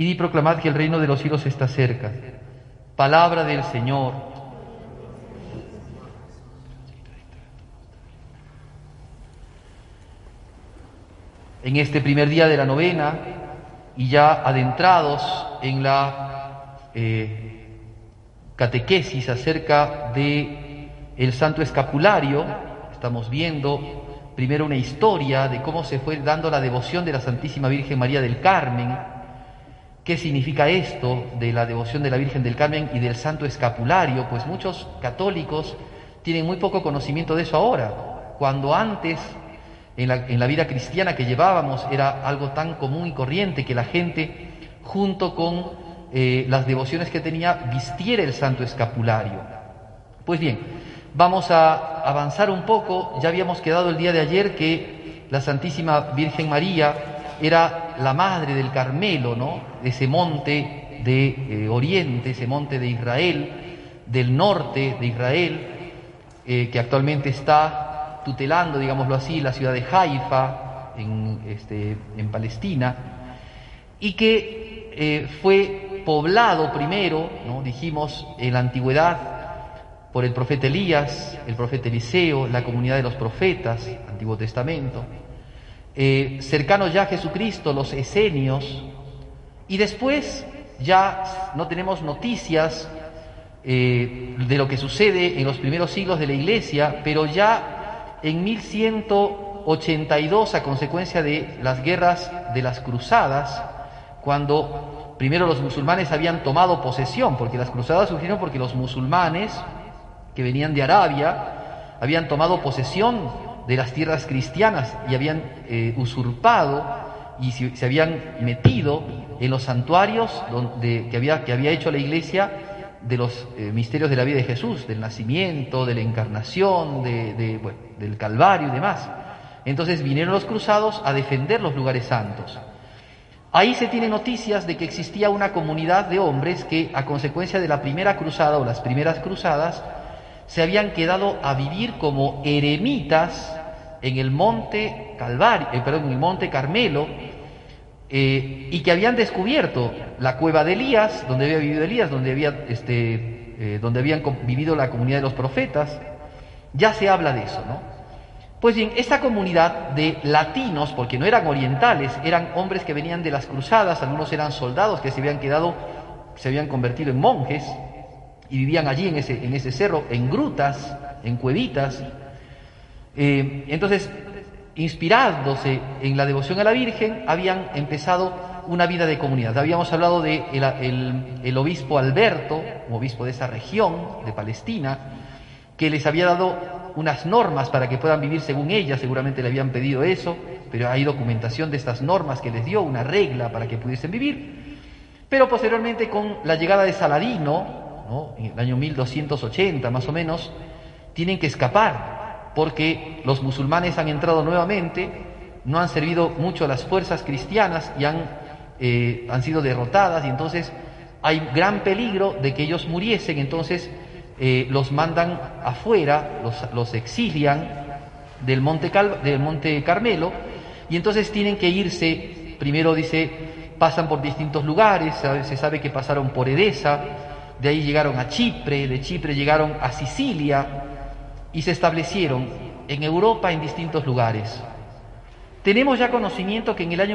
Id y proclamad que el reino de los cielos está cerca. Palabra del Señor. En este primer día de la novena, y ya adentrados en la catequesis acerca de el Santo Escapulario, estamos viendo primero una historia de cómo se fue dando la devoción de la Santísima Virgen María del Carmen. ¿Qué significa esto de la devoción de la Virgen del Carmen y del Santo Escapulario? Pues muchos católicos tienen muy poco conocimiento de eso ahora, cuando antes en la vida cristiana que llevábamos era algo tan común y corriente que la gente, junto con las devociones que tenía, vistiera el Santo Escapulario. Pues bien, vamos a avanzar un poco. Ya habíamos quedado el día de ayer que la Santísima Virgen María era la madre del Carmelo, ¿no? Ese monte de Oriente, ese monte de Israel, del norte de Israel, que actualmente está tutelando, digámoslo así, la ciudad de Haifa, en Palestina, y que fue poblado primero, ¿no? Dijimos, en la antigüedad, por el profeta Elías, el profeta Eliseo, la comunidad de los profetas, Antiguo Testamento, cercanos ya a Jesucristo, los esenios, y después ya no tenemos noticias de lo que sucede en los primeros siglos de la Iglesia, pero ya en 1182, a consecuencia de las guerras de las cruzadas, cuando primero los musulmanes habían tomado posesión, porque las cruzadas surgieron porque los musulmanes que venían de Arabia habían tomado posesión de las tierras cristianas y habían usurpado y se habían metido en los santuarios que había hecho la Iglesia de los misterios de la vida de Jesús, del nacimiento, de la encarnación, del Calvario y demás. Entonces vinieron los cruzados a defender los lugares santos. Ahí se tiene noticias de que existía una comunidad de hombres que, a consecuencia de la primera cruzada o las primeras cruzadas, se habían quedado a vivir como eremitas en el monte en el monte Carmelo, y que habían descubierto la cueva de Elías, donde había vivido Elías, donde habían vivido la comunidad de los profetas. Ya se habla de eso, ¿no? Pues bien, esta comunidad de latinos, porque no eran orientales, eran hombres que venían de las cruzadas, algunos eran soldados que se habían convertido en monjes y vivían allí en ese cerro, en grutas, en cuevitas. Entonces, inspirándose en la devoción a la Virgen, habían empezado una vida de comunidad. Habíamos hablado de el obispo Alberto, obispo de esa región de Palestina, que les había dado unas normas para que puedan vivir según ella. Seguramente le habían pedido eso, pero hay documentación de estas normas que les dio, una regla para que pudiesen vivir. Pero posteriormente, con la llegada de Saladino, ¿no? En el año 1280 más o menos, tienen que escapar, porque los musulmanes han entrado nuevamente, no han servido mucho a las fuerzas cristianas y han sido derrotadas, y entonces hay gran peligro de que ellos muriesen. Entonces los mandan afuera, los exilian del monte Carmelo, y entonces tienen que irse. Primero pasan por distintos lugares. Se sabe que pasaron por Edesa, de ahí llegaron a Chipre, de Chipre llegaron a Sicilia, y se establecieron en Europa en distintos lugares. Tenemos ya conocimiento que en el año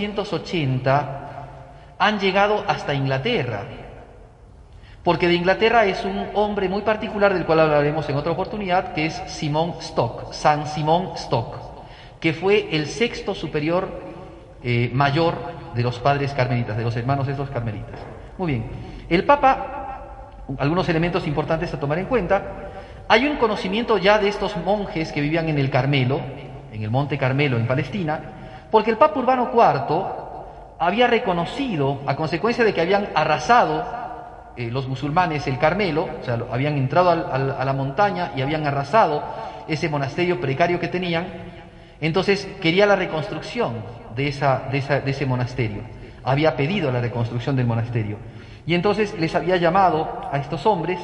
1280 han llegado hasta Inglaterra, porque de Inglaterra es un hombre muy particular del cual hablaremos en otra oportunidad, que es San Simón Stock, que fue el sexto superior mayor de los padres carmelitas, de los hermanos estos carmelitas. Muy bien, el Papa, algunos elementos importantes a tomar en cuenta. Hay un conocimiento ya de estos monjes que vivían en el Carmelo, en el monte Carmelo en Palestina, porque el Papa Urbano IV había reconocido, a consecuencia de que habían arrasado los musulmanes el Carmelo, o sea, habían entrado a la montaña y habían arrasado ese monasterio precario que tenían. Entonces quería la reconstrucción de ese monasterio, había pedido la reconstrucción del monasterio, y entonces les había llamado a estos hombres,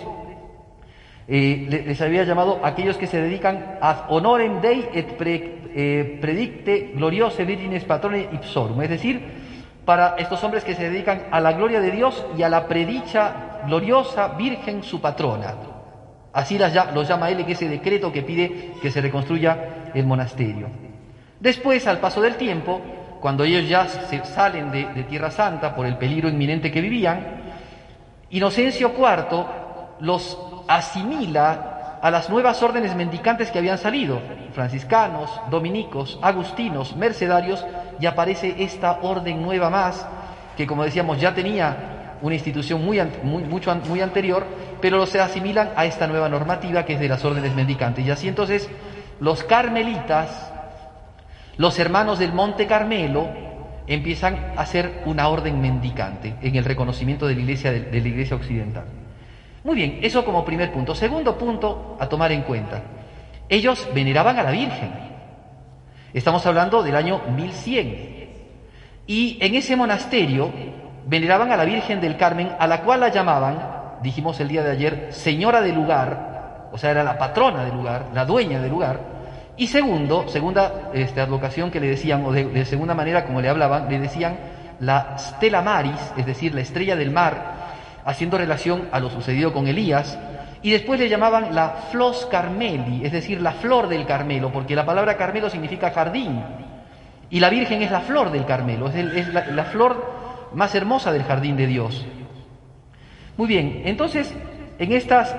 les había llamado a aquellos que se dedican ad honorem Dei et predicte gloriose virgines patrone ipsorum, es decir, para estos hombres que se dedican a la gloria de Dios y a la predicha gloriosa Virgen su patrona. Así los llama él en ese decreto que pide que se reconstruya el monasterio. Después, al paso del tiempo, cuando ellos ya se salen de Tierra Santa por el peligro inminente que vivían, Inocencio IV los asimila a las nuevas órdenes mendicantes que habían salido, franciscanos, dominicos, agustinos, mercedarios, y aparece esta orden nueva más, que como decíamos ya tenía una institución muy anterior, pero se asimilan a esta nueva normativa que es de las órdenes mendicantes. Y así entonces los carmelitas, los hermanos del Monte Carmelo, empiezan a ser una orden mendicante en el reconocimiento de la Iglesia occidental. Muy bien, eso como primer punto. Segundo punto a tomar en cuenta. Ellos veneraban a la Virgen. Estamos hablando del año 1100. Y en ese monasterio veneraban a la Virgen del Carmen, a la cual la llamaban, dijimos el día de ayer, señora del lugar, o sea, era la patrona del lugar, la dueña del lugar. Y segunda advocación que le decían, o de segunda manera como le hablaban, le decían la Stella Maris, es decir, la estrella del mar, haciendo relación a lo sucedido con Elías. Y después le llamaban la Flos Carmeli, es decir, la flor del Carmelo, porque la palabra Carmelo significa jardín. Y la Virgen es la flor del Carmelo, es la flor más hermosa del jardín de Dios. Muy bien, entonces, en estas...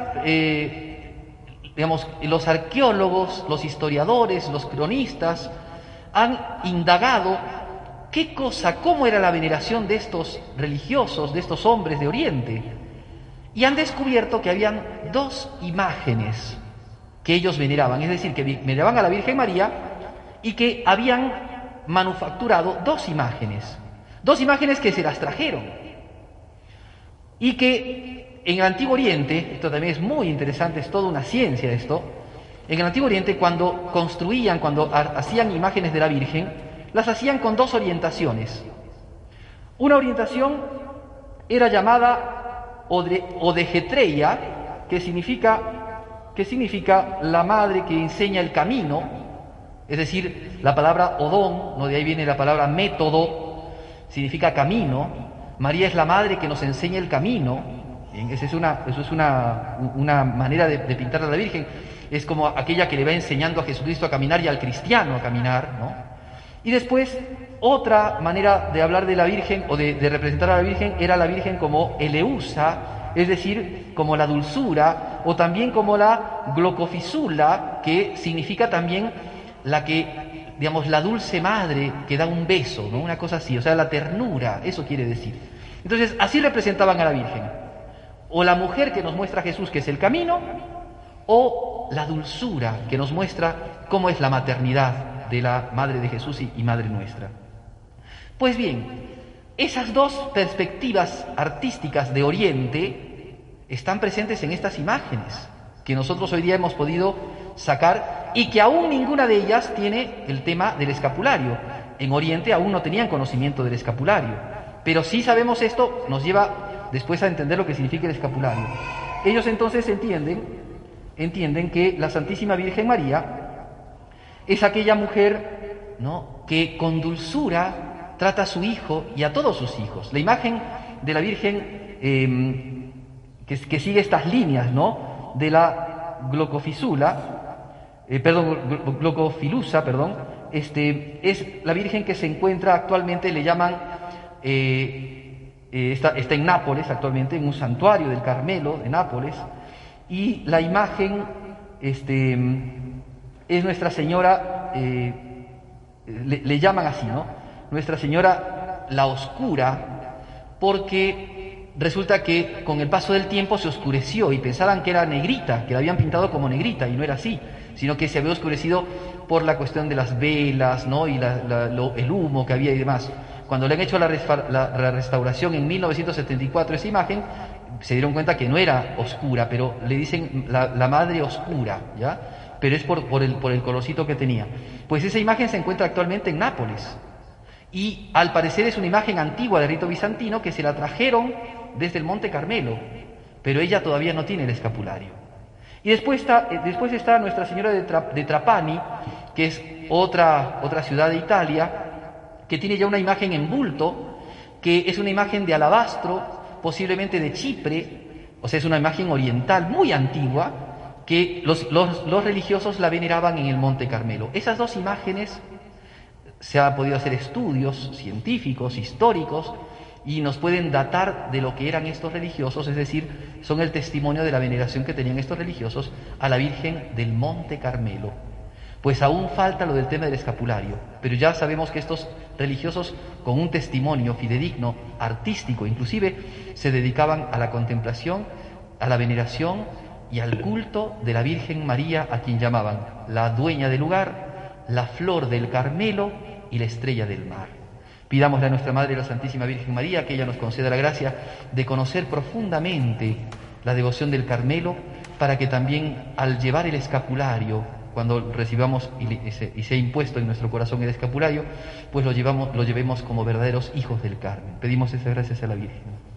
los arqueólogos, los historiadores, los cronistas han indagado cómo era la veneración de estos religiosos, de estos hombres de Oriente, y han descubierto que habían dos imágenes que ellos veneraban, es decir, que veneraban a la Virgen María y que habían manufacturado dos imágenes que se las trajeron y que en el Antiguo Oriente, esto también es muy interesante, es toda una ciencia esto, en el Antiguo Oriente cuando hacían imágenes de la Virgen, las hacían con dos orientaciones. Una orientación era llamada Odegetreia, que significa la madre que enseña el camino, es decir, la palabra odón, ¿no? De ahí viene la palabra método, significa camino. María es la madre que nos enseña el camino. Esa es una manera de pintar a la Virgen. Es como aquella que le va enseñando a Jesucristo a caminar y al cristiano a caminar, ¿no? Y después, otra manera de hablar de la Virgen o de representar a la Virgen era la Virgen como Eleusa, es decir, como la dulzura, o también como la glocofisula, que significa también la dulce madre que da un beso, ¿no? Una cosa así, o sea, la ternura, eso quiere decir. Entonces, así representaban a la Virgen. O la mujer que nos muestra a Jesús, que es el camino, o la dulzura que nos muestra cómo es la maternidad de la Madre de Jesús y Madre nuestra. Pues bien, esas dos perspectivas artísticas de Oriente están presentes en estas imágenes que nosotros hoy día hemos podido sacar y que aún ninguna de ellas tiene el tema del escapulario. En Oriente aún no tenían conocimiento del escapulario, pero sí sabemos esto, nos lleva después a entender lo que significa el escapulario. Ellos entonces entienden que la Santísima Virgen María es aquella mujer, ¿no?, que con dulzura trata a su hijo y a todos sus hijos. La imagen de la Virgen que sigue estas líneas, ¿no?, de la glocofilusa, es la Virgen que se encuentra actualmente, le llaman está en Nápoles actualmente, en un santuario del Carmelo de Nápoles, y la imagen es Nuestra Señora, le llaman así, ¿no? Nuestra Señora la Oscura, porque resulta que con el paso del tiempo se oscureció y pensaban que era negrita, que la habían pintado como negrita, y no era así, sino que se había oscurecido por la cuestión de las velas, ¿no?, y el humo que había y demás. Cuando le han hecho la restauración en 1974 esa imagen, se dieron cuenta que no era oscura, pero le dicen la Madre Oscura, ¿ya? Pero es por el colorcito que tenía. Pues esa imagen se encuentra actualmente en Nápoles. Y al parecer es una imagen antigua del rito bizantino que se la trajeron desde el Monte Carmelo, pero ella todavía no tiene el escapulario. Y después está Nuestra Señora de Trapani, que es otra ciudad de Italia, que tiene ya una imagen en bulto, que es una imagen de alabastro, posiblemente de Chipre, o sea, es una imagen oriental muy antigua, que los religiosos la veneraban en el Monte Carmelo. Esas dos imágenes se han podido hacer estudios científicos, históricos, y nos pueden datar de lo que eran estos religiosos, es decir, son el testimonio de la veneración que tenían estos religiosos a la Virgen del Monte Carmelo. Pues aún falta lo del tema del escapulario, pero ya sabemos que estos religiosos, con un testimonio fidedigno, artístico, inclusive, se dedicaban a la contemplación, a la veneración y al culto de la Virgen María, a quien llamaban la dueña del lugar, la flor del Carmelo y la estrella del mar. Pidámosle a nuestra Madre, la Santísima Virgen María, que ella nos conceda la gracia de conocer profundamente la devoción del Carmelo, para que también al llevar el escapulario, cuando recibamos y sea impuesto en nuestro corazón el escapulario, pues lo llevemos como verdaderos hijos del Carmen. Pedimos esas gracias a la Virgen.